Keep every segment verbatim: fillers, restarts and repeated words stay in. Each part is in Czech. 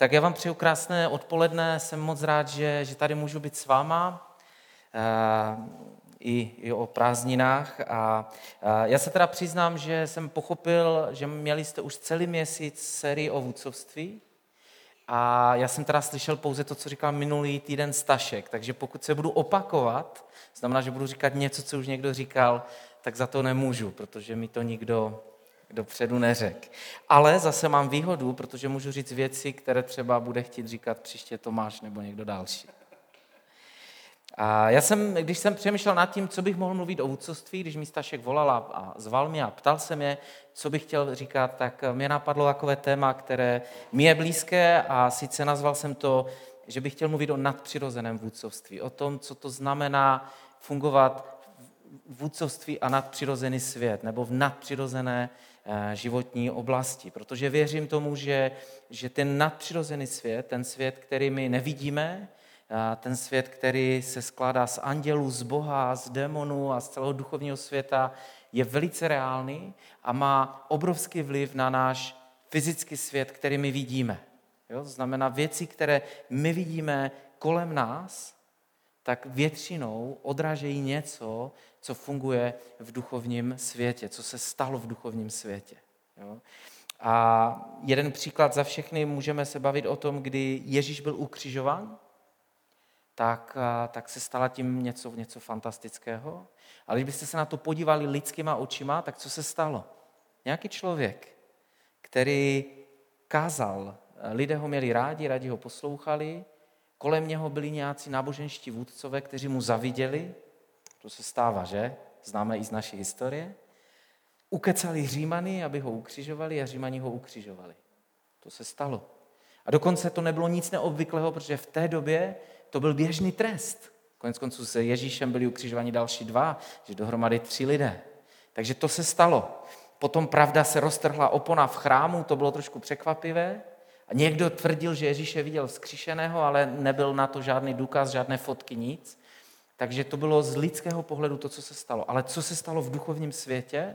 Tak já vám přeju krásné odpoledne, jsem moc rád, že, že tady můžu být s váma uh, i, i o prázdninách. A uh, já se teda přiznám, že jsem pochopil, že měli jste už celý měsíc sérii o vůdcovství a já jsem teda slyšel pouze to, co říkal minulý týden Stašek, takže pokud se budu opakovat, znamená, že budu říkat něco, co už někdo říkal, tak za to nemůžu, protože mi to nikdo dopředu neřekl. Ale zase mám výhodu, protože můžu říct věci, které třeba bude chtít říkat příště Tomáš nebo někdo další. A já jsem, když jsem přemýšlel nad tím, co bych mohl mluvit o vůdcovství, když mi Stašek volal a zval mě a ptal se mě, co bych chtěl říkat, tak mě napadlo takové téma, které mi je blízké a sice nazval jsem to, že bych chtěl mluvit o nadpřirozeném vůdcovství, o tom, co to znamená fungovat v vůdcovství a nadpřirozený svět, nebo v nadpřirozené životní oblasti, protože věřím tomu, že, že ten nadpřirozený svět, ten svět, který my nevidíme, ten svět, který se skládá z andělů, z Boha, z démonů a z celého duchovního světa, je velice reálný a má obrovský vliv na náš fyzický svět, který my vidíme. Jo? To znamená věci, které my vidíme kolem nás, tak většinou odrážejí něco, co funguje v duchovním světě, co se stalo v duchovním světě. Jo? A jeden příklad za všechny, můžeme se bavit o tom, kdy Ježíš byl ukřižován, tak, tak se stalo tím něco, něco fantastického. Ale když byste se na to podívali lidskýma očima, tak co se stalo? Nějaký člověk, který kázal, lidé ho měli rádi, rádi ho poslouchali, kolem něho byli nějací náboženští vůdcové, kteří mu zaviděli, to se stává, že? Známe i z naší historie. Ukecali Římany, aby ho ukřižovali a Římani ho ukřižovali. To se stalo. A dokonce to nebylo nic neobvyklého, protože v té době to byl běžný trest. Konec konců se Ježíšem byli ukřižováni další dva, že dohromady tři lidé. Takže to se stalo. Potom pravda se roztrhla opona v chrámu, to bylo trošku překvapivé. A někdo tvrdil, že Ježíše viděl vzkříšeného, ale nebyl na to žádný důkaz, žádné fotky, nic. Takže to bylo z lidského pohledu to, co se stalo. Ale co se stalo v duchovním světě,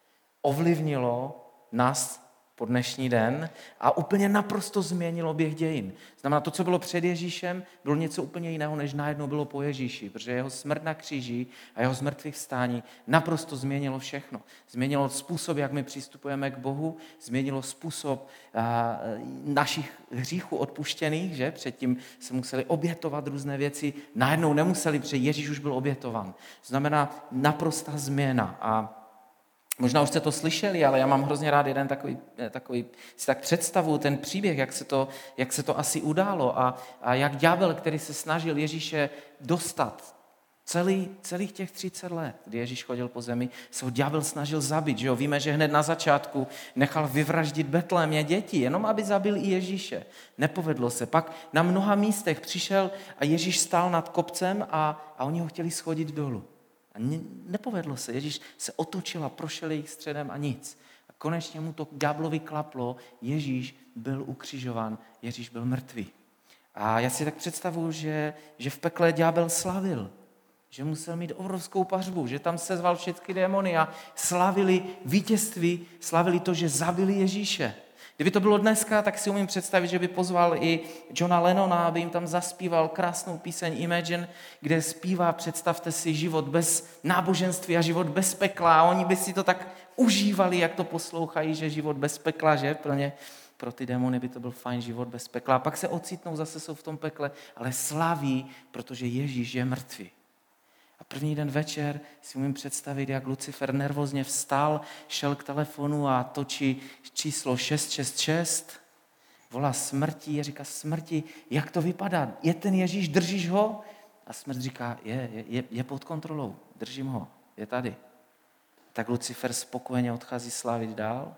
ovlivnilo nás po dnešní den a úplně naprosto změnilo běh dějin. Znamená, to, co bylo před Ježíšem, bylo něco úplně jiného, než najednou bylo po Ježíši, protože jeho smrt na kříži a jeho zmrtvých vstání naprosto změnilo všechno. Změnilo způsob, jak my přistupujeme k Bohu, změnilo způsob a, našich hříchů odpuštěných, že předtím se museli obětovat různé věci, najednou nemuseli, protože Ježíš už byl obětovan. Znamená naprostá změna. A možná už jste to slyšeli, ale já mám hrozně rád jeden takový, takový si tak představu, ten příběh, jak se to, jak se to asi událo a, a jak ďábel, který se snažil Ježíše dostat celý, celých těch třicet let, kdy Ježíš chodil po zemi, se ho ďábel snažil zabít. Že jo? Víme, že hned na začátku nechal vyvraždit Betlémě děti, jenom aby zabil i Ježíše. Nepovedlo se. Pak na mnoha místech přišel a Ježíš stál nad kopcem a, a oni ho chtěli schodit dolů. A nepovedlo se. Ježíš se otočil a prošel jejich středem a nic. A konečně mu to ďáblovi klaplo. Ježíš byl ukřižován, Ježíš byl mrtvý. A já si tak představuju, že, že v pekle ďábel slavil. Že musel mít obrovskou pařbu, že tam sezval všechny démony a slavili vítězství, slavili to, že zabili Ježíše. Kdyby to bylo dneska, tak si umím představit, že by pozval i Johna Lennona, aby jim tam zaspíval krásnou píseň Imagine, kde zpívá, představte si, život bez náboženství a život bez pekla. A oni by si to tak užívali, jak to poslouchají, že život bez pekla, že? Plně pro ty démony by to byl fajn život bez pekla. A pak se ocitnou, zase jsou v tom pekle, ale slaví, protože Ježíš je mrtvý. A první den večer si umím představit, jak Lucifer nervózně vstal, šel k telefonu a točí číslo šest šest šest, volá smrti a říká, smrti, jak to vypadá? Je ten Ježíš, držíš ho? A smrt říká, je, je, je pod kontrolou, držím ho, je tady. Tak Lucifer spokojeně odchází slavit dál.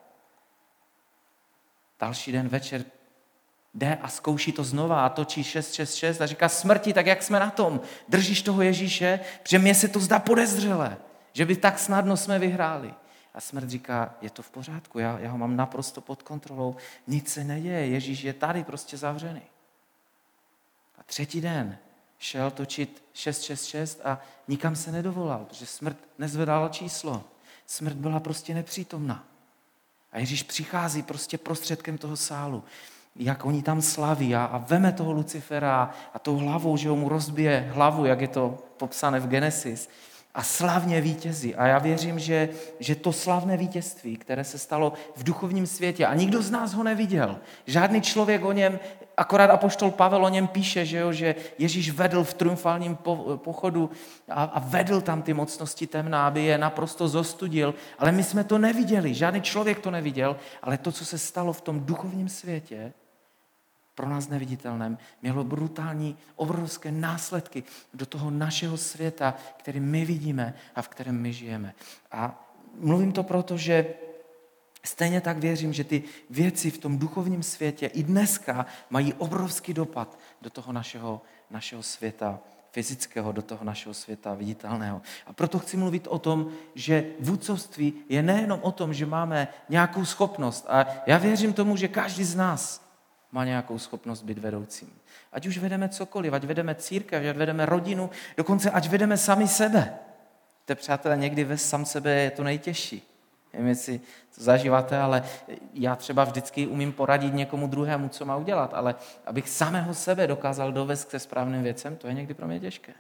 Další den večer jde a zkouší to znova a točí šest šest šest a říká, smrti, tak jak jsme na tom? Držíš toho Ježíše? Protože mně se to zdá podezřelé, že by tak snadno jsme vyhráli. A smrt říká, je to v pořádku, já, já ho mám naprosto pod kontrolou, nic se neděje, Ježíš je tady prostě zavřený. A třetí den šel točit šest šest šest a nikam se nedovolal, protože smrt nezvedala číslo. Smrt byla prostě nepřítomná. A Ježíš přichází prostě prostředkem toho sálu. jak oni tam slaví a, a veme toho Lucifera a tou hlavou, že ho mu rozbije hlavu, jak je to popsané v Genesis, a slavně vítězí. A já věřím, že, že to slavné vítězství, které se stalo v duchovním světě, a nikdo z nás ho neviděl, žádný člověk o něm, akorát apoštol Pavel o něm píše, že, jo, že Ježíš vedl v triumfálním po, pochodu a, a vedl tam ty mocnosti temna, aby je naprosto zostudil, ale my jsme to neviděli, žádný člověk to neviděl, ale to, co se stalo v tom duchovním světě, pro nás neviditelném, mělo brutální, obrovské následky do toho našeho světa, který my vidíme a v kterém my žijeme. A mluvím to proto, že stejně tak věřím, že ty věci v tom duchovním světě i dneska mají obrovský dopad do toho našeho, našeho světa fyzického, do toho našeho světa viditelného. A proto chci mluvit o tom, že vůdcovství je nejenom o tom, že máme nějakou schopnost. A já věřím tomu, že každý z nás má nějakou schopnost být vedoucím. Ať už vedeme cokoliv, ať vedeme církev, ať vedeme rodinu, dokonce ať vedeme sami sebe. To, přátelé, někdy ve sám sebe je to nejtěžší. Nevím, jestli to zažíváte, ale já třeba vždycky umím poradit někomu druhému, co má udělat, ale abych samého sebe dokázal dovést ke správným věcem, to je někdy pro mě těžké.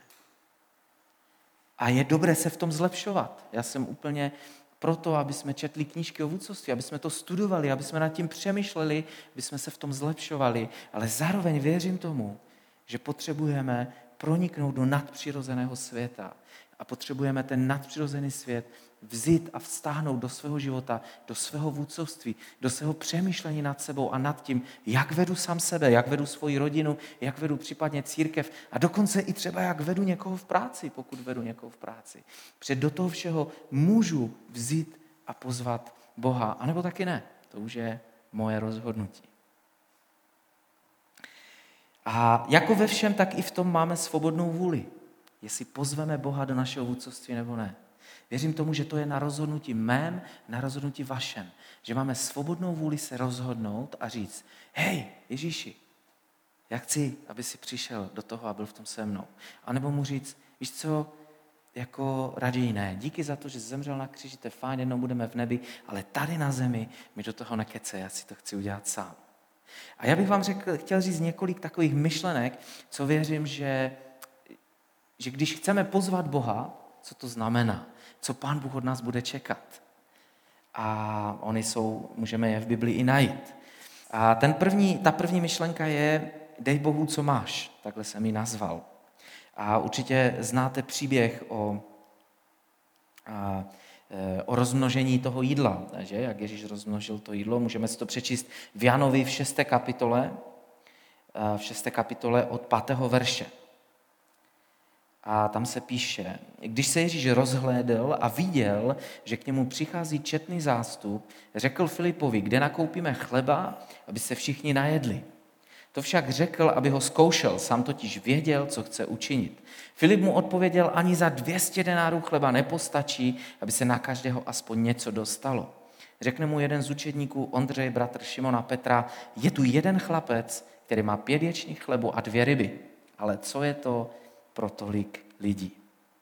A je dobré se v tom zlepšovat. Já jsem úplně proto, aby jsme četli knížky o vůdcovství, aby jsme to studovali, aby jsme nad tím přemýšleli, aby jsme se v tom zlepšovali. Ale zároveň věřím tomu, že potřebujeme proniknout do nadpřirozeného světa. A potřebujeme ten nadpřirozený svět vzít a vztáhnout do svého života, do svého vůdcovství, do svého přemýšlení nad sebou a nad tím, jak vedu sám sebe, jak vedu svoji rodinu, jak vedu případně církev a dokonce i třeba jak vedu někoho v práci, pokud vedu někoho v práci. Před do toho všeho můžu vzít a pozvat Boha, anebo taky ne. To už je moje rozhodnutí. A jako ve všem, tak i v tom máme svobodnou vůli. Jestli pozveme Boha do našeho vůdcovství nebo ne. Věřím tomu, že to je na rozhodnutí mém, na rozhodnutí vašem. Že máme svobodnou vůli se rozhodnout a říct, hej, Ježíši, já chci, aby si přišel do toho a byl v tom se mnou. A nebo mu říct, víš co, jako raději ne. Díky za to, že jsi zemřel na kříži, to je fajn, jednou budeme v nebi, ale tady na zemi mi do toho nekece, já si to chci udělat sám. A já bych vám řekl, chtěl říct několik takových myšlenek, co věřím, že, že když chceme pozvat Boha, co to znamená, co Pán Bůh od nás bude čekat. A oni jsou, můžeme je v Biblii i najít. A ten první, ta první myšlenka je, dej Bohu, co máš. Takhle jsem ji nazval. A určitě znáte příběh o, a, o rozmnožení toho jídla, že? Jak Ježíš rozmnožil to jídlo. Můžeme si to přečíst v Janovi v šesté kapitole, v šesté kapitole od pátého verše. A tam se píše, když se Ježíš rozhlédl a viděl, že k němu přichází četný zástup, řekl Filipovi, kde nakoupíme chleba, aby se všichni najedli. To však řekl, aby ho zkoušel, sám totiž věděl, co chce učinit. Filip mu odpověděl, ani za dvě stě denárů chleba nepostačí, aby se na každého aspoň něco dostalo. Řekne mu jeden z učedníků, Ondřej, bratr Šimona Petra, je tu jeden chlapec, který má pět ječních chlebů a dvě ryby. Ale co je to pro tolik lidí?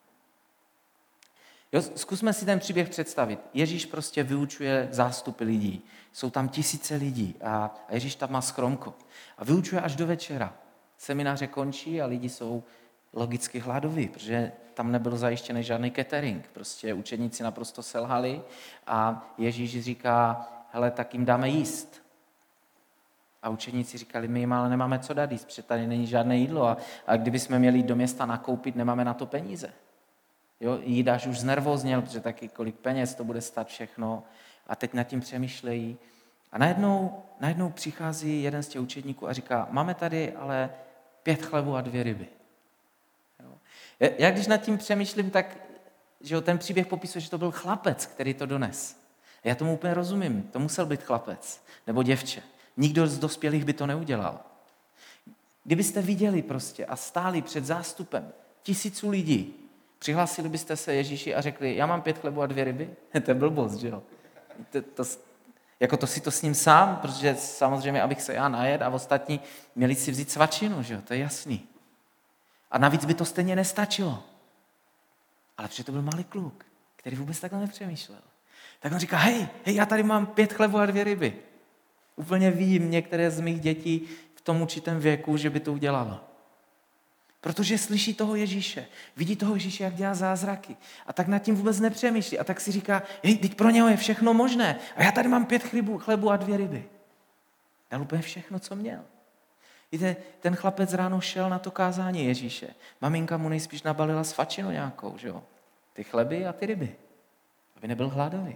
Jo, zkusme si ten příběh představit. Ježíš prostě vyučuje zástupy lidí. Jsou tam tisíce lidí a Ježíš tam má schromko. A vyučuje až do večera. Semináře končí a lidi jsou logicky hladoví, protože tam nebyl zajištěný žádný catering. Prostě učedníci naprosto selhali a Ježíš říká, hele, tak jim dáme jíst. A učedníci říkali, my jim ale nemáme co dát jíst, protože tady není žádné jídlo a, a kdybychom měli jít do města nakoupit, nemáme na to peníze. Jo, Jídáš už znervózněl, protože taky kolik peněz to bude stát všechno a teď nad tím přemýšlejí. A najednou, najednou přichází jeden z těch učedníků a říká, máme tady ale pět chlebů a dvě ryby. Jo. Já když nad tím přemýšlím, tak že jo, ten příběh popisuje, že to byl chlapec, který to dones. Já tomu úplně rozumím, to musel být chlapec nebo děvče. Nikdo z dospělých by to neudělal. Kdybyste viděli prostě a stáli před zástupem tisíců lidí, přihlásili byste se Ježíši a řekli, já mám pět chlebů a dvě ryby? To je blbost, že jo? To, to, jako to si to s ním sám, protože samozřejmě, abych se já najedl a ostatní měli si vzít svačinu, že jo? To je jasný. A navíc by to stejně nestačilo. Ale protože to byl malý kluk, který vůbec takhle nepřemýšlel. Tak on říká, hej, hej, já tady mám pět chlebů a dvě ryby. Úplně vím některé z mých dětí v tom určitém věku, že by to udělalo. Protože slyší toho Ježíše, vidí toho Ježíše, jak dělá zázraky. A tak nad tím vůbec nepřemýšlí. A tak si říká, hej, teď pro něho je všechno možné. A já tady mám pět chlebu, chlebu a dvě ryby. Dal úplně všechno, co měl. Víte, ten chlapec ráno šel na to kázání Ježíše. Maminka mu nejspíš nabalila svačinu nějakou, že jo? Ty chleby a ty ryby. Aby nebyl hladový.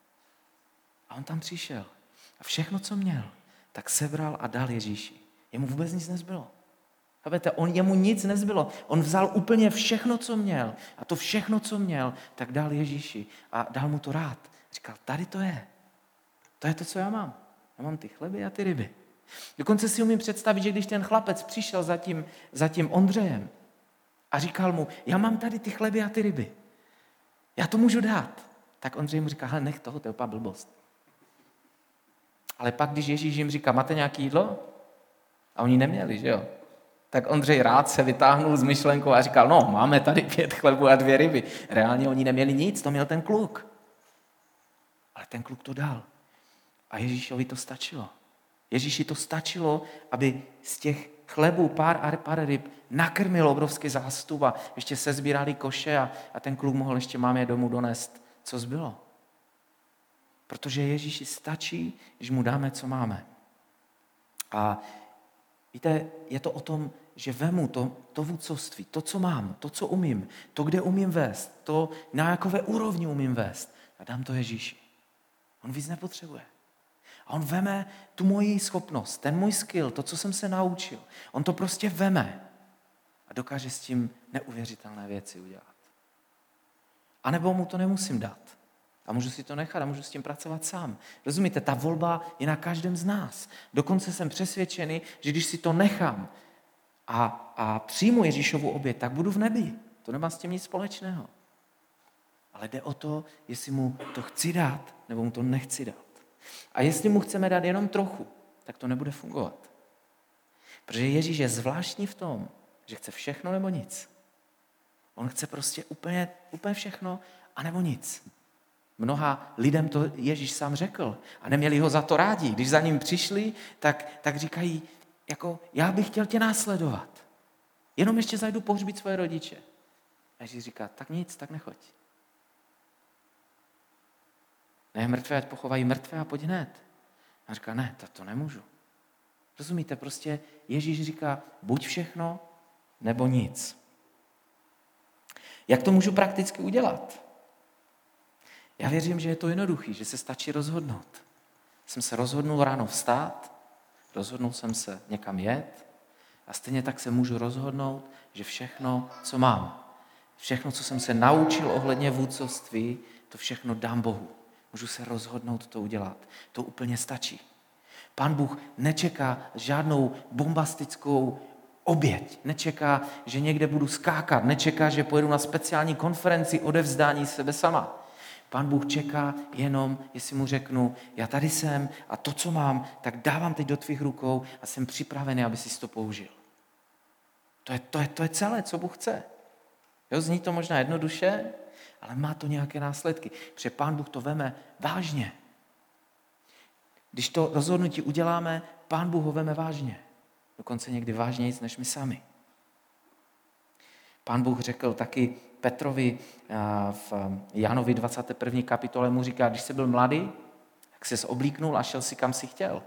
A on tam přišel. A všechno, co měl, tak sebral a dal Ježíši. Jemu vůbec nic nezbylo. Chápete, on, jemu nic nezbylo. On vzal úplně všechno, co měl. A to všechno, co měl, tak dal Ježíši. A dal mu to rád. Říkal, tady to je. To je to, co já mám. Já mám ty chleby a ty ryby. Dokonce si umím představit, že když ten chlapec přišel za tím, za tím Ondřejem a říkal mu, já mám tady ty chleby a ty ryby. Já to můžu dát. Tak Ondřej mu říká, hele, nech toho, to je úplná blbost. Ale pak, když Ježíš jim říká, máte nějaké jídlo? A oni neměli, že jo? Tak Ondřej rád se vytáhnul s myšlenkou a říkal, no, máme tady pět chlebů a dvě ryby. Reálně oni neměli nic, to měl ten kluk. Ale ten kluk to dal. A Ježíšovi to stačilo. Ježíši to stačilo, aby z těch chlebů pár a pár ryb nakrmil obrovský zástup a ještě se sbírali koše a, a ten kluk mohl ještě mámě domů donést, co zbylo. Protože Ježíši stačí, když mu dáme, co máme. A víte, je to o tom, že vemu to, to vůdcovství, to, co mám, to, co umím, to, kde umím vést, to, na jakové úrovni umím vést a dám to Ježíši. On víc nepotřebuje. A on veme tu moji schopnost, ten můj skill, to, co jsem se naučil. On to prostě veme a dokáže s tím neuvěřitelné věci udělat. A nebo mu to nemusím dát. A můžu si to nechat a můžu s tím pracovat sám. Rozumíte, ta volba je na každém z nás. Dokonce jsem přesvědčený, že když si to nechám a, a přijmu Ježíšovu oběť, tak budu v nebi. To nemá s tím nic společného. Ale jde o to, jestli mu to chci dát, nebo mu to nechci dát. A jestli mu chceme dát jenom trochu, tak to nebude fungovat. Protože Ježíš je zvláštní v tom, že chce všechno nebo nic. On chce prostě úplně, úplně všechno a nebo nic. Mnoha lidem to Ježíš sám řekl a neměli ho za to rádi. Když za ním přišli, tak, tak říkají, jako já bych chtěl tě následovat. Jenom ještě zajdu pohřbít svoje rodiče. A Ježíš říká, tak nic, tak nechoď. Ne, mrtvé, ať pochovají mrtvé a pojď hned. A říká, ne, to, to nemůžu. Rozumíte, prostě Ježíš říká, buď všechno, nebo nic. Jak to můžu prakticky udělat? Já věřím, že je to jednoduchý, že se stačí rozhodnout. Jsem se rozhodnul ráno vstát, rozhodnul jsem se někam jet a stejně tak se můžu rozhodnout, že všechno, co mám, všechno, co jsem se naučil ohledně vůdcovství, to všechno dám Bohu. Můžu se rozhodnout to udělat. To úplně stačí. Pán Bůh nečeká žádnou bombastickou oběť. Nečeká, že někde budu skákat. Nečeká, že pojedu na speciální konferenci odevzdání sebe sama. Pán Bůh čeká jenom, jestli mu řeknu, já tady jsem a to, co mám, tak dávám teď do tvých rukou a jsem připravený, aby si to použil. To je, to je, to je celé, co Bůh chce. Jo, zní to možná jednoduše, ale má to nějaké následky. Protože Pán Bůh to veme vážně. Když to rozhodnutí uděláme, Pán Bůh ho veme vážně. Dokonce někdy vážnějc než my sami. Pán Bůh řekl taky Petrovi v Janovi dvacáté první kapitole, mu říká, když jsi byl mladý, tak jsi oblíknul a šel si kam si chtěl.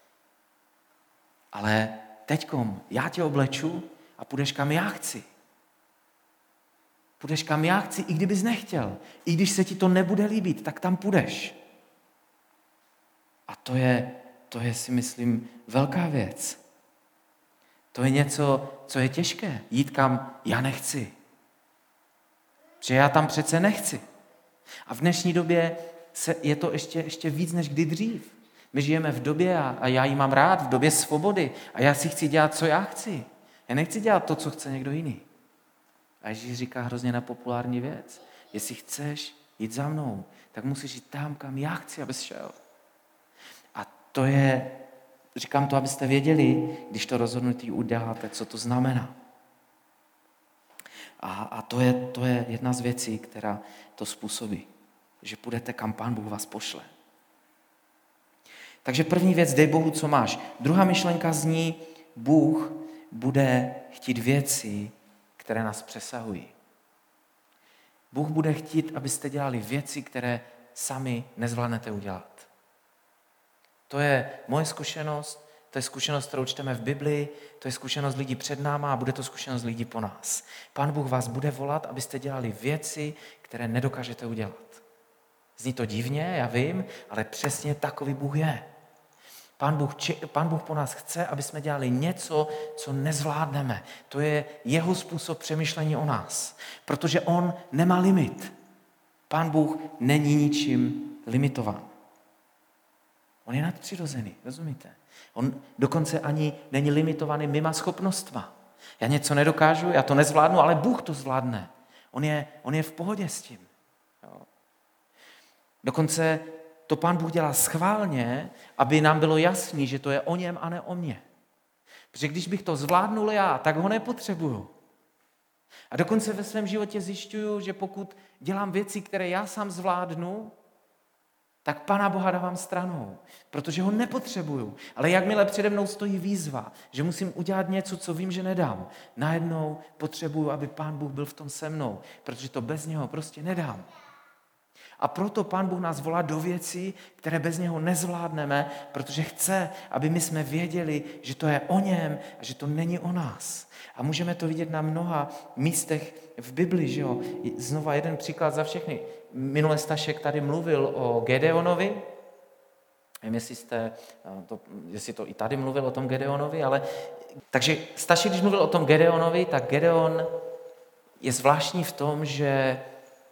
Ale teďkom já tě obleču a půjdeš kam já chci. Půjdeš kam já chci, i kdybys nechtěl. I když se ti to nebude líbit, tak tam půjdeš. A to je, to je, si myslím, velká věc. To je něco, co je těžké. Jít kam já nechci. Že já tam přece nechci. A v dnešní době se, je to ještě, ještě víc než kdy dřív. My žijeme v době, a, a já ji mám rád, v době svobody. A já si chci dělat, co já chci. Já nechci dělat to, co chce někdo jiný. A Ježíš říká hrozně nepopulární věc. Jestli chceš jít za mnou, tak musíš jít tam, kam já chci, abys šel. A to je, říkám to, abyste věděli, když to rozhodnutí uděláte, co to znamená. A, a to, je, to je jedna z věcí, která to způsobí, že půjdete, kam Pán Bůh vás pošle. Takže první věc, dej Bohu, co máš. Druhá myšlenka zní, Bůh bude chtít věci, které nás přesahují. Bůh bude chtít, abyste dělali věci, které sami nezvládnete udělat. To je moje zkušenost, to je zkušenost, kterou čteme v Biblii, to je zkušenost lidí před náma a bude to zkušenost lidí po nás. Pán Bůh vás bude volat, abyste dělali věci, které nedokážete udělat. Zní to divně, já vím, ale přesně takový Bůh je. Pán Bůh, Pán Bůh po nás chce, aby jsme dělali něco, co nezvládneme. To je jeho způsob přemýšlení o nás, protože on nemá limit. Pán Bůh není ničím limitován. On je nadpřirozený, rozumíte? On dokonce ani není limitovaný mýma schopnostma. Já něco nedokážu, já to nezvládnu, ale Bůh to zvládne. On je, on je v pohodě s tím. Jo. Dokonce to Pán Bůh dělá schválně, aby nám bylo jasný, že to je o něm a ne o mně. Protože když bych to zvládnul já, tak ho nepotřebuju. A dokonce ve svém životě zjišťuju, že pokud dělám věci, které já sám zvládnu, tak Pana Boha dávám stranou, protože ho nepotřebuju. Ale jakmile přede mnou stojí výzva, že musím udělat něco, co vím, že nedám, najednou potřebuju, aby Pán Bůh byl v tom se mnou, protože to bez něho prostě nedám. A proto Pán Bůh nás volá do věcí, které bez něho nezvládneme, protože chce, aby my jsme věděli, že to je o něm a že to není o nás. A můžeme to vidět na mnoha místech v Bibli, že jo? Znova jeden příklad za všechny. Minule Stašek tady mluvil o Gedeonovi. Nevím, jestli, jste, to, jestli to i tady mluvil o tom Gedeonovi, ale... Takže Stašek, když mluvil o tom Gedeonovi, tak Gedeon je zvláštní v tom, že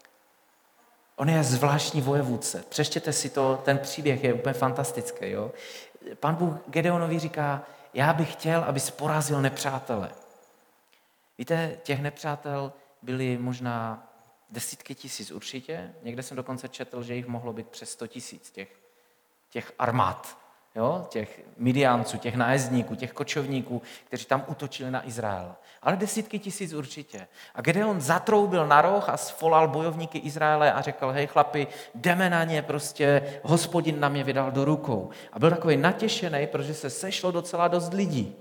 on je zvláštní vojevůdce. Přečtěte si to, ten příběh je úplně fantastický. Jo? Pán Bůh Gedeonovi říká, já bych chtěl, abys porazil nepřátele. Víte, těch nepřátel byly možná desítky tisíc určitě. Někde jsem dokonce četl, že jich mohlo být přes sto tisíc těch, těch armád, jo? Těch Midiánců, těch nájezdníků, těch kočovníků, kteří tam útočili na Izrael. Ale desítky tisíc určitě. A Gedeon zatroubil na roh a svolal bojovníky Izraele a řekl, hej chlapi, jdeme na ně, prostě Hospodin nám je vydal do rukou. A byl takový natěšený, protože se sešlo docela dost lidí.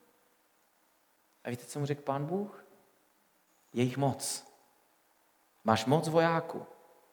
A víte, co mu řekl Pán Bůh? Je jich moc. Máš moc vojáků.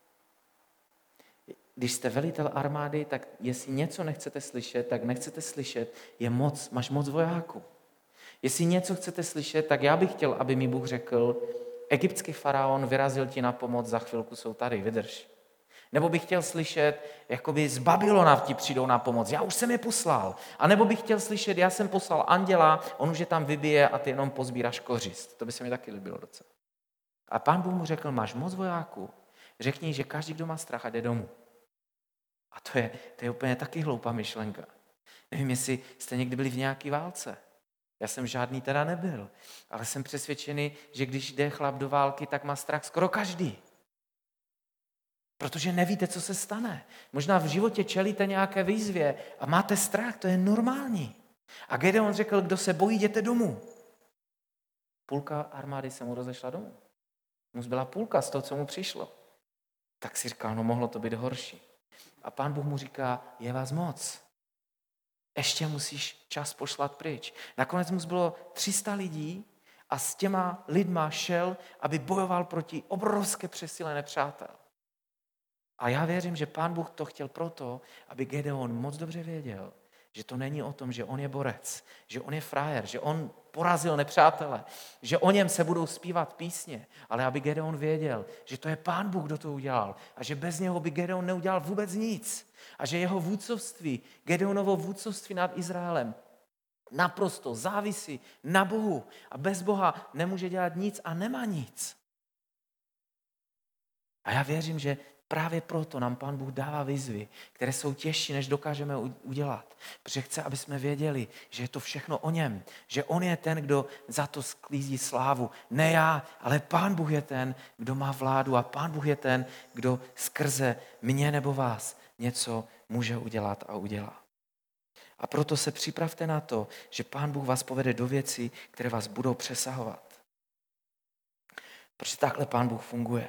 Když jste velitel armády, tak jestli něco nechcete slyšet, tak nechcete slyšet, je moc, máš moc vojáků. Jestli něco chcete slyšet, tak já bych chtěl, aby mi Bůh řekl, egyptský faraon vyrazil ti na pomoc, za chvilku jsou tady, vydrž. Nebo bych chtěl slyšet, jakoby z Babylona ti přijdou na pomoc, já už jsem je poslal. A nebo bych chtěl slyšet, já jsem poslal anděla, on už je tam vybije a ty jenom pozbíráš kořist. To by se mi taky líbilo docela. A Pán Bůh mu řekl, máš moc vojáků, řekni, že každý, kdo má strach, a jde domů. A to je, to je úplně taky hloupá myšlenka. Nevím, jestli jste někdy byli v nějaké válce. Já jsem žádný teda nebyl, ale jsem přesvědčený, že když jde chlap do války, tak má strach skoro každý. Protože nevíte, co se stane. Možná v životě čelíte nějaké výzvě a máte strach, to je normální. A Gedeon řekl, kdo se bojí, jděte domů. Půlka armády se mu rozešla domů. Mu zbyla půlka z toho, co mu přišlo. Tak si říkal, no mohlo to být horší. A Pán Bůh mu říká, je vás moc. Ještě musíš čas pošlat pryč. Nakonec mu zbylo tři sta lidí a s těma lidma šel, aby bojoval proti obrovské přesile nepřátel. A já věřím, že Pán Bůh to chtěl proto, aby Gedeon moc dobře věděl, že to není o tom, že on je borec, že on je frajer, že on porazil nepřátele, že o něm se budou zpívat písně, ale aby Gedeon věděl, že to je Pán Bůh, kdo to udělal a že bez něho by Gedeon neudělal vůbec nic a že jeho vůdcovství, Gedeonovo vůdcovství nad Izraelem naprosto závisí na Bohu a bez Boha nemůže dělat nic a nemá nic. A já věřím, že právě proto nám Pán Bůh dává výzvy, které jsou těžší, než dokážeme udělat. Protože chce, aby jsme věděli, že je to všechno o něm. Že on je ten, kdo za to sklízí slávu. Ne já, ale Pán Bůh je ten, kdo má vládu a Pán Bůh je ten, kdo skrze mě nebo vás něco může udělat a udělá. A proto se připravte na to, že Pán Bůh vás povede do věcí, které vás budou přesahovat. Protože takhle Pán Bůh funguje.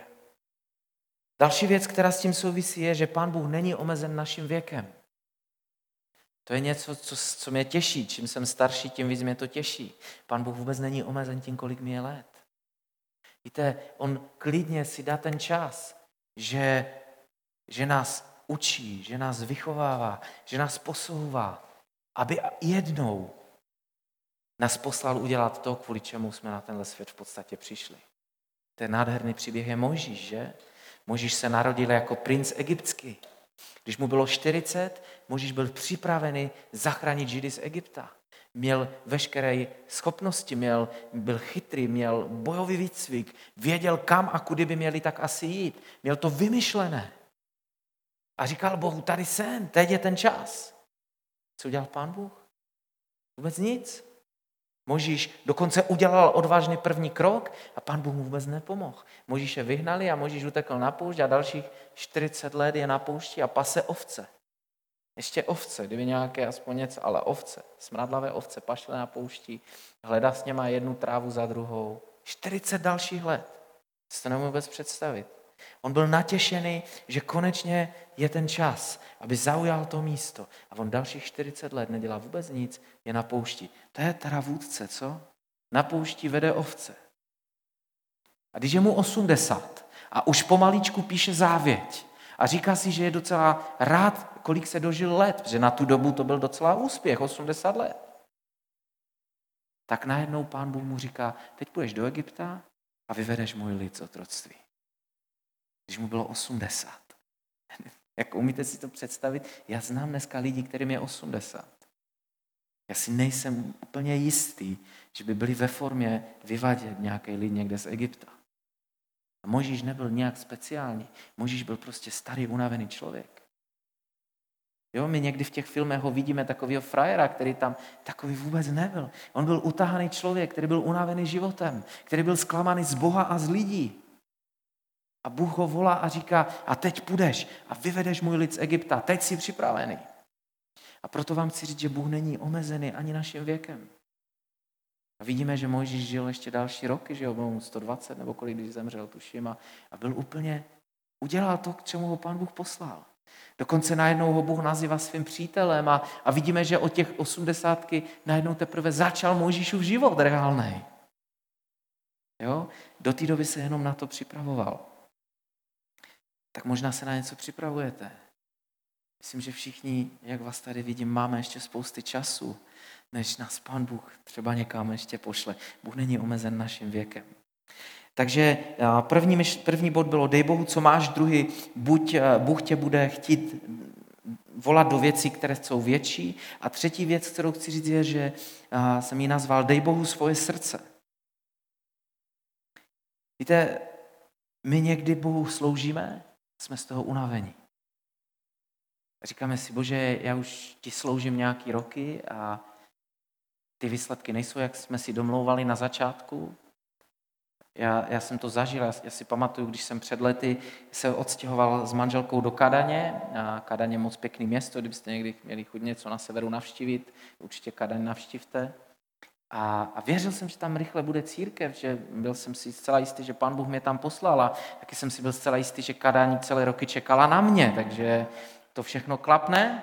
Další věc, která s tím souvisí, je, že Pán Bůh není omezen naším věkem. To je něco, co, co mě těší. Čím jsem starší, tím víc mě to těší. Pán Bůh vůbec není omezen tím, kolik mi je let. Víte, on klidně si dá ten čas, že, že nás učí, že nás vychovává, že nás posouvá, aby jednou nás poslal udělat to, kvůli čemu jsme na tenhle svět v podstatě přišli. Ten nádherný příběh je Mojžíš, že? Mojžíš se narodil jako princ egyptský. Když mu bylo čtyřicet, Mojžíš byl připravený zachránit Židy z Egypta. Měl veškeré schopnosti, měl, byl chytrý, měl bojový výcvik, věděl kam a kudy by měli tak asi jít. Měl to vymyšlené. A říkal Bohu, tady jsem, teď je ten čas. Co udělal Pán Bůh? Vůbec nic. Mojžíš dokonce udělal odvážný první krok a Pán Bůh mu vůbec nepomohl. Mojžíše vyhnali a Mojžíš utekl na poušť a dalších čtyřicet let je na poušti a pase ovce. Ještě ovce, kdyby nějaké aspoň něco, ale ovce, smradlavé ovce, pašle na poušti, hledá s něma jednu trávu za druhou. čtyřicet dalších let. Si to nemůžu vůbec představit. On byl natěšený, že konečně je ten čas, aby zaujal to místo. A on dalších čtyřicet let nedělá vůbec nic, je na poušti. To je teda vůdce, co? Na poušti vede ovce. A když je mu osmdesát a už pomalíčku píše závěť a říká si, že je docela rád, kolik se dožil let, protože na tu dobu to byl docela úspěch, osmdesát let. Tak najednou Pán Bůh mu říká, teď půjdeš do Egypta a vyvedeš můj lid z otroctví. Když mu bylo osmdesát. Jak umíte si to představit? Já znám dneska lidi, kterým je osmdesát. Já si nejsem úplně jistý, že by byli ve formě vyvádět nějaký lid někde z Egypta. A Mojžíš nebyl nějak speciální. Mojžíš byl prostě starý, unavený člověk. Jo, my někdy v těch filmech ho vidíme takovýho frajera, který tam takový vůbec nebyl. On byl utahaný člověk, který byl unavený životem, který byl zklamaný z Boha a z lidí. A Bůh ho volá a říká, a teď půjdeš a vyvedeš můj lid z Egypta, teď jsi připravený. A proto vám chci říct, že Bůh není omezený ani naším věkem. A vidíme, že Mojžíš žil ještě další roky, že ho bylo mu sto dvacet nebo kolik, když zemřel, tuším, a, a byl úplně, udělal to, k čemu ho Pán Bůh poslal. Dokonce najednou ho Bůh nazývá svým přítelem a, a vidíme, že od těch osmdesátky najednou teprve začal Mojžíšův život reálnej. Jo? Do té doby se jenom na to připravoval. Tak možná se na něco připravujete. Myslím, že všichni, jak vás tady vidím, máme ještě spousty času, než nás Pán Bůh třeba někam ještě pošle. Bůh není omezen naším věkem. Takže první, první bod bylo, dej Bohu, co máš, druhý, buď Bůh tě bude chtít volat do věcí, které jsou větší. A třetí věc, kterou chci říct, je, že jsem ji nazval, dej Bohu svoje srdce. Víte, my někdy Bohu sloužíme, jsme z toho unavení. Říkáme si, Bože, já už ti sloužím nějaký roky a ty výsledky nejsou, jak jsme si domlouvali na začátku. Já, já jsem to zažil, já, já si pamatuju, když jsem před lety se odstěhoval s manželkou do Kadaně. A Kadaň je moc pěkný město, kdybyste někdy měli chuť něco na severu navštívit, určitě Kadaň navštívte. A, a věřil jsem, že tam rychle bude církev, že byl jsem si zcela jistý, že Pán Bůh mě tam poslal a taky jsem si byl zcela jistý, že Kadaň celé roky čekala na mě, takže to všechno klapne.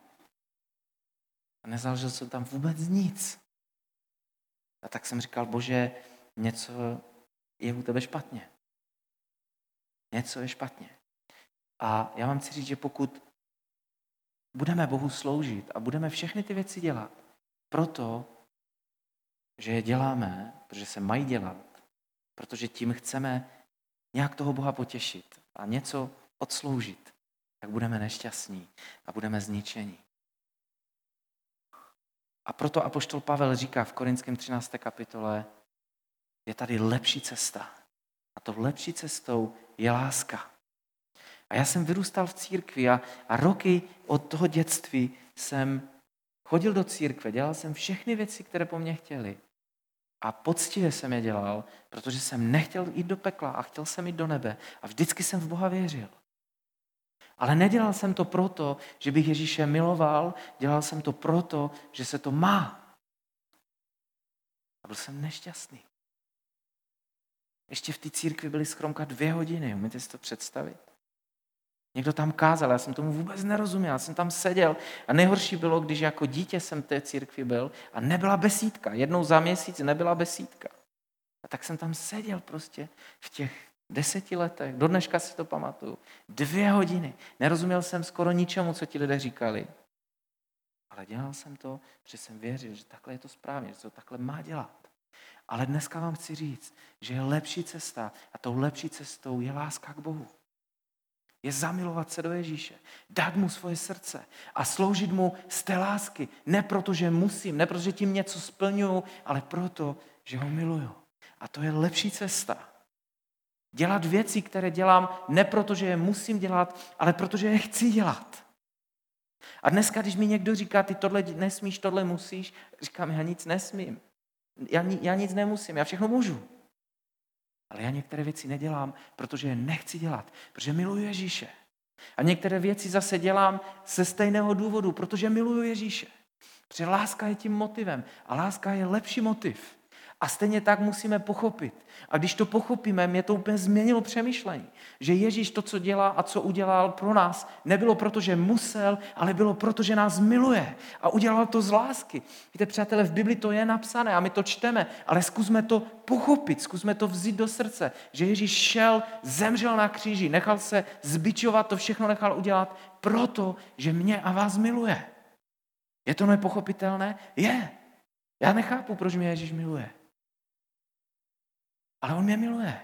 A nezažil jsem tam vůbec nic. A tak jsem říkal, Bože, něco je u tebe špatně. Něco je špatně. A já vám chci říct, že pokud budeme Bohu sloužit a budeme všechny ty věci dělat, proto, že je děláme, protože se mají dělat, protože tím chceme nějak toho Boha potěšit a něco odsloužit, tak budeme nešťastní a budeme zničení. A proto apoštol Pavel říká v Korinském třinácté kapitole, je tady lepší cesta. A to lepší cestou je láska. A já jsem vyrůstal v církvi a, a roky od toho dětství jsem chodil do církve, dělal jsem všechny věci, které po mně chtěli. A poctivě jsem je dělal, protože jsem nechtěl jít do pekla a chtěl jsem jít do nebe. A vždycky jsem v Boha věřil. Ale nedělal jsem to proto, že bych Ježíše miloval, dělal jsem to proto, že se to má. A byl jsem nešťastný. Ještě v té církvi byly schromka dvě hodiny, umíte si to představit? Někdo tam kázal, já jsem tomu vůbec nerozuměl, já jsem tam seděl a nejhorší bylo, když jako dítě jsem té církvi byl a nebyla besídka. Jednou za měsíc nebyla besídka. A tak jsem tam seděl prostě v těch deseti letech, do dneška si to pamatuju, dvě hodiny. Nerozuměl jsem skoro ničemu, co ti lidé říkali. Ale dělal jsem to, protože jsem věřil, že takhle je to správně, že se to takhle má dělat. Ale dneska vám chci říct, že je lepší cesta a tou lepší cestou je láska k Bohu. Je zamilovat se do Ježíše, dát mu svoje srdce a sloužit mu z té lásky. Ne proto, že musím, ne proto, že tím něco splňuju, ale proto, že ho miluju. A to je lepší cesta. Dělat věci, které dělám ne proto, že je musím dělat, ale protože je chci dělat. A dneska, když mi někdo říká, ty tohle nesmíš, tohle musíš, říkám, já nic nesmím. Já, já nic nemusím, já všechno můžu. Ale já některé věci nedělám, protože je nechci dělat, protože miluji Ježíše. A některé věci zase dělám ze stejného důvodu, protože miluji Ježíše. Protože láska je tím motivem a láska je lepší motiv. A stejně tak musíme pochopit. A když to pochopíme, mě to úplně změnilo přemýšlení. Že Ježíš to, co dělá a co udělal pro nás, nebylo proto, že musel, ale bylo proto, že nás miluje. A udělal to z lásky. Víte, přátelé, v Bibli to je napsané a my to čteme, ale zkusme to pochopit, zkusme to vzít do srdce. Že Ježíš šel, zemřel na kříži, nechal se zbičovat, to všechno nechal udělat proto, že mě a vás miluje. Je to nepochopitelné? Je. Já nechápu, proč mě Ježíš miluje. Ale on mě miluje.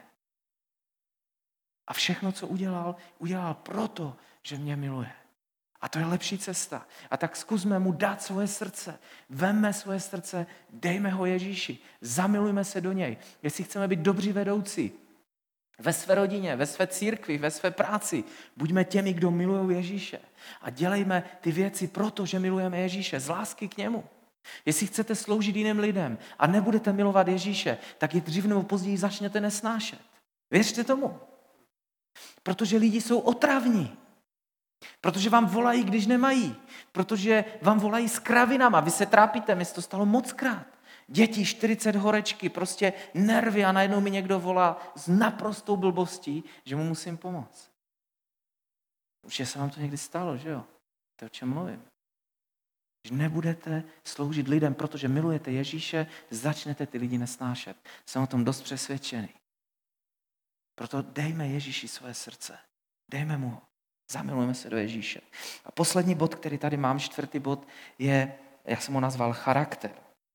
A všechno, co udělal, udělal proto, že mě miluje. A to je lepší cesta. A tak zkusme mu dát svoje srdce. Vemme svoje srdce, dejme ho Ježíši. Zamilujme se do něj. Jestli chceme být dobří vedoucí ve své rodině, ve své církvi, ve své práci, buďme těmi, kdo milují Ježíše. A dělejme ty věci proto, že milujeme Ježíše. Z lásky k němu. Jestli chcete sloužit jiným lidem a nebudete milovat Ježíše, tak je dřív nebo později začnete nesnášet. Věřte tomu. Protože lidi jsou otravní. Protože vám volají, když nemají. Protože vám volají s kravinama. Vy se trápíte, mi se to stalo mockrát. Děti, čtyřicet horečky, prostě nervy a najednou mi někdo volá s naprostou blbostí, že mu musím pomoct. Už se vám to někdy stalo, že jo? To je o čem mluvím. Když nebudete sloužit lidem, protože milujete Ježíše, začnete ty lidi nesnášet. Jsem o tom dost přesvědčený. Proto dejme Ježíši svoje srdce. Dejme mu ho. Zamilujeme se do Ježíše. A poslední bod, který tady mám, čtvrtý bod, je, jak jsem ho nazval, charakter.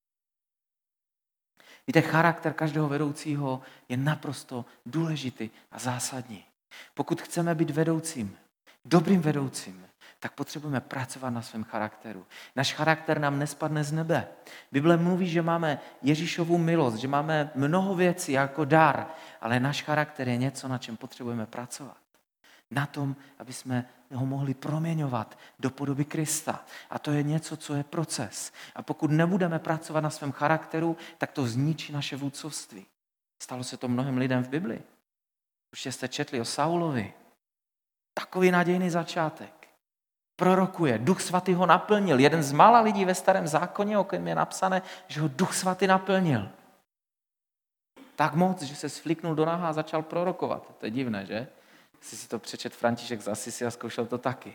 Víte, charakter každého vedoucího je naprosto důležitý a zásadní. Pokud chceme být vedoucím, dobrým vedoucím, tak potřebujeme pracovat na svém charakteru. Náš charakter nám nespadne z nebe. Bible mluví, že máme Ježíšovu milost, že máme mnoho věcí jako dar, ale náš charakter je něco, na čem potřebujeme pracovat. Na tom, aby jsme ho mohli proměňovat do podoby Krista. A to je něco, co je proces. A pokud nebudeme pracovat na svém charakteru, tak to zničí naše vůdcovství. Stalo se to mnohým lidem v Bibli. Už jste četli o Saulovi. Takový nadějný začátek. Prorokuje, Duch Svatý ho naplnil. Jeden z mála lidí ve Starém zákoně, o kterém je napsané, že ho Duch Svatý naplnil. Tak moc, že se svlíknul do naha a začal prorokovat. To je divné, že? Jsi si to přečet František z Asisi a zkoušel to taky.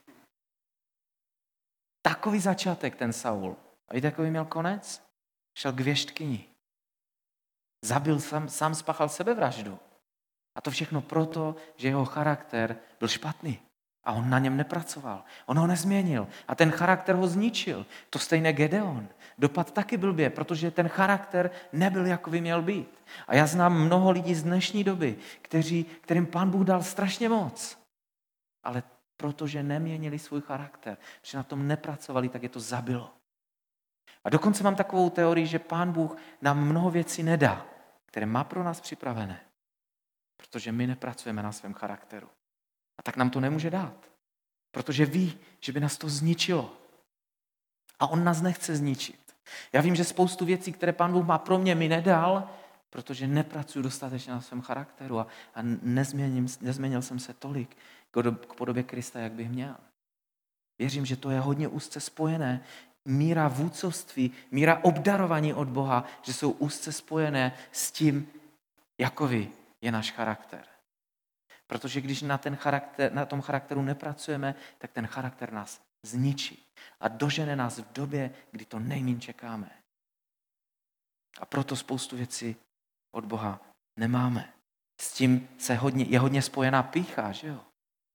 Takový začátek ten Saul. A víte, jaký měl konec? Šel k věštkyni. Zabil, sám, sám spáchal sebevraždu. A to všechno proto, že jeho charakter byl špatný. A on na něm nepracoval. On ho nezměnil. A ten charakter ho zničil. To stejné Gedeon. Dopad taky blbě, protože ten charakter nebyl, jako by měl být. A já znám mnoho lidí z dnešní doby, kteří, kterým Pán Bůh dal strašně moc. Ale protože neměnili svůj charakter, že na tom nepracovali, tak je to zabilo. A dokonce mám takovou teorii, že Pán Bůh nám mnoho věcí nedá, které má pro nás připravené. Protože my nepracujeme na svém charakteru. A tak nám to nemůže dát. Protože ví, že by nás to zničilo. A on nás nechce zničit. Já vím, že spoustu věcí, které Pán Bůh má pro mě, mi nedal, protože nepracuju dostatečně na svém charakteru a, a nezměním, nezměnil jsem se tolik k podobě Krista, jak bych měl. Věřím, že to je hodně úzce spojené. Míra vůdcovství, míra obdarování od Boha, že jsou úzce spojené s tím, jakový je náš charakter. Protože když na, ten charakter, na tom charakteru nepracujeme, tak ten charakter nás zničí a dožene nás v době, kdy to nejméně čekáme. A proto spoustu věcí od Boha nemáme. S tím se hodně, je hodně spojená pýcha, že jo?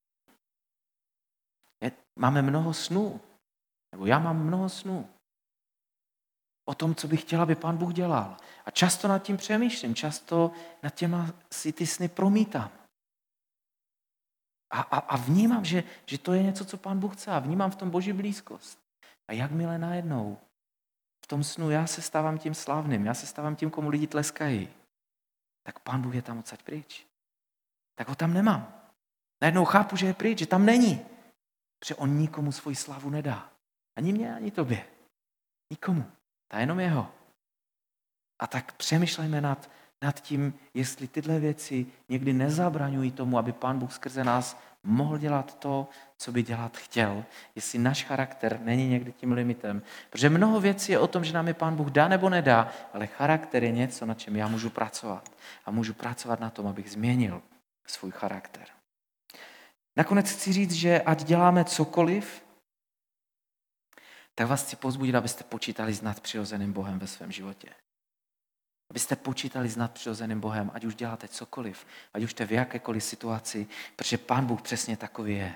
Je, máme mnoho snů, nebo já mám mnoho snů o tom, co bych chtěla, aby Pán Bůh dělal. A často nad tím přemýšlím, často nad těma si ty sny promítám. A, a, a vnímám, že, že to je něco, co Pán Bůh chce. A vnímám v tom Boží blízkost. A jakmile najednou v tom snu já se stávám tím slavným, já se stávám tím, komu lidi tleskají, tak Pán Bůh je tam odsaď pryč. Tak ho tam nemám. Najednou chápu, že je pryč, že tam není. Protože on nikomu svoji slavu nedá. Ani mě, ani tobě. Nikomu. Ta jenom jeho. A tak přemýšlejme nad, nad tím, jestli tyhle věci někdy nezabraňují tomu, aby Pán Bůh skrze nás mohl dělat to, co by dělat chtěl. Jestli náš charakter není někdy tím limitem. Protože mnoho věcí je o tom, že nám je Pán Bůh dá nebo nedá, ale charakter je něco, na čem já můžu pracovat. A můžu pracovat na tom, abych změnil svůj charakter. Nakonec chci říct, že ať děláme cokoliv, tak vás chci povzbudit, abyste počítali s nadpřirozeným Bohem ve svém životě. Abyste počítali s nadpřirozeným Bohem, ať už děláte cokoliv, ať už jste v jakékoliv situaci, protože Pán Bůh přesně takový je.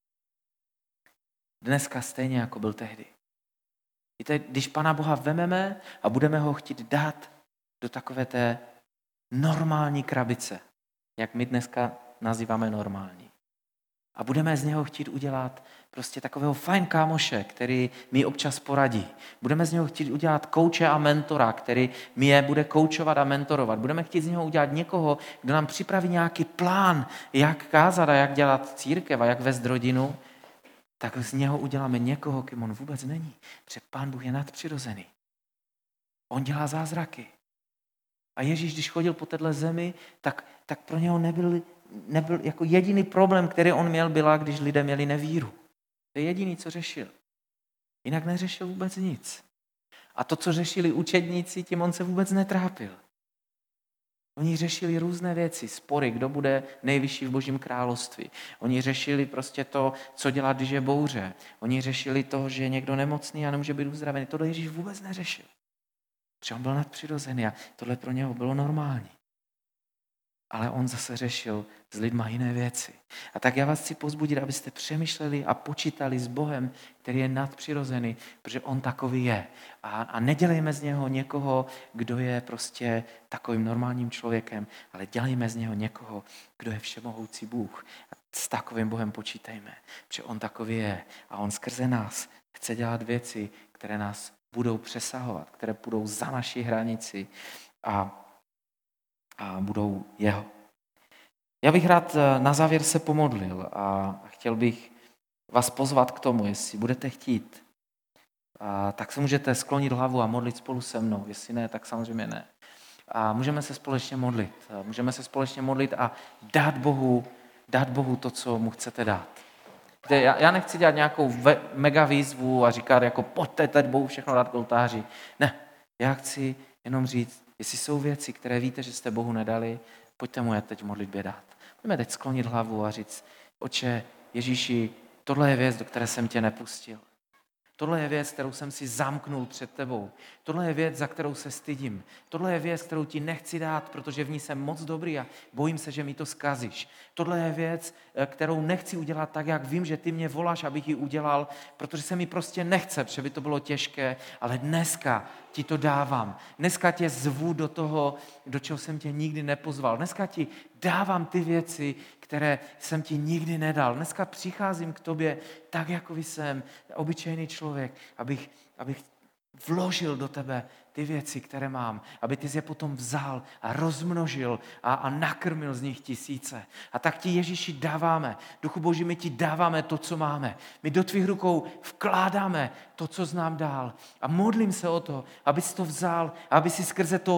Dneska stejně, jako byl tehdy. Víte, když Pána Boha vememe a budeme ho chtít dát do takové té normální krabice, jak my dneska nazýváme normální. A budeme z něho chtít udělat prostě takového fajn kámoše, který mi občas poradí. Budeme z něho chtít udělat kouče a mentora, který mi je bude koučovat a mentorovat. Budeme chtít z něho udělat někoho, kdo nám připraví nějaký plán, jak kázat a jak dělat církev a jak vést rodinu. Tak z něho uděláme někoho, kým on vůbec není. Protože Pán Bůh je nadpřirozený. On dělá zázraky. A Ježíš, když chodil po téhle zemi, tak, tak pro něho nebyl, nebyl jako jediný problém, který on měl, byla, když lidé měli nevíru. To je jediný, co řešil. Jinak neřešil vůbec nic. A to, co řešili učedníci, tím on se vůbec netrápil. Oni řešili různé věci, spory, kdo bude nejvyšší v Božím království. Oni řešili prostě to, co dělat, když je bouře. Oni řešili to, že je někdo nemocný a nemůže být uzdravený. Tohle Ježíš vůbec neřešil. Protože on byl nadpřirozený a tohle pro něho bylo normální. Ale on zase řešil s lidma jiné věci. A tak já vás chci povzbudit, abyste přemýšleli a počítali s Bohem, který je nadpřirozený, protože on takový je. A, a nedělejme z něho někoho, kdo je prostě takovým normálním člověkem, ale dělejme z něho někoho, kdo je všemohoucí Bůh. A s takovým Bohem počítejme, protože on takový je. A on skrze nás chce dělat věci, které nás budou přesahovat, které budou za naši hranici a a budou jeho. Já bych rád na závěr se pomodlil a chtěl bych vás pozvat k tomu, jestli budete chtít, a tak se můžete sklonit hlavu a modlit spolu se mnou, jestli ne, tak samozřejmě ne. A můžeme se společně modlit. Můžeme se společně modlit a dát Bohu, dát Bohu to, co mu chcete dát. Já, já nechci dělat nějakou ve, mega výzvu a říkat, jako pojďte teď Bohu všechno dát k oltáři. Ne, já chci jenom říct, jestli jsou věci, které víte, že jste Bohu nedali, pojďte mu je teď v modlitbě dát. Pojďme teď sklonit hlavu a říct, Otče, Ježíši, tohle je věc, do které jsem tě nepustil. Tohle je věc, kterou jsem si zamknul před tebou. Tohle je věc, za kterou se stydím. Tohle je věc, kterou ti nechci dát, protože v ní jsem moc dobrý a bojím se, že mi to zkazíš. Tohle je věc, kterou nechci udělat tak, jak vím, že ty mě voláš, abych ji udělal, protože se mi prostě nechce, protože by to bylo těžké, ale dneska ti to dávám. Dneska tě zvu do toho, do čeho jsem tě nikdy nepozval. Dneska ti dávám ty věci, které jsem ti nikdy nedal. Dneska přicházím k tobě tak, jako jsem, obyčejný člověk, abych, abych vložil do tebe ty věci, které mám, aby ty je potom vzal a rozmnožil a, a nakrmil z nich tisíce. A tak ti, Ježíši, dáváme. Duchu Boží, my ti dáváme to, co máme. My do tvých rukou vkládáme to, co znám dál. A modlím se o to, abys to vzal, aby si skrze to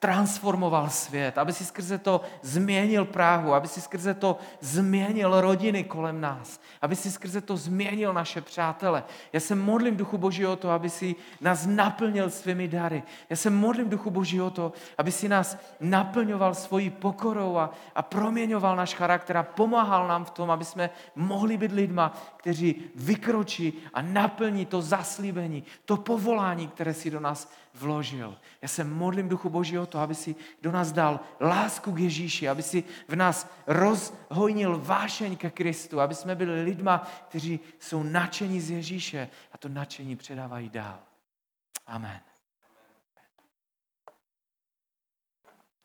transformoval svět, aby si skrze to změnil Prahu, aby si skrze to změnil rodiny kolem nás, aby si skrze to změnil naše přátele. Já se modlím, Duchu Boží, o to, aby si nás naplnil svými dary. Já se modlím, Duchu Boží, o to, aby si nás naplňoval svojí pokorou a, a proměňoval náš charakter a pomáhal nám v tom, aby jsme mohli být lidma, kteří vykročí a naplní to zaslíbení, to povolání, které si do nás vložil. Já se modlím, Duchu Boží, o to, aby si do nás dal lásku k Ježíši, aby si v nás rozhojnil vášeň ke Kristu, aby jsme byli lidma, kteří jsou nadšení z Ježíše a to nadšení předávají dál. Amen.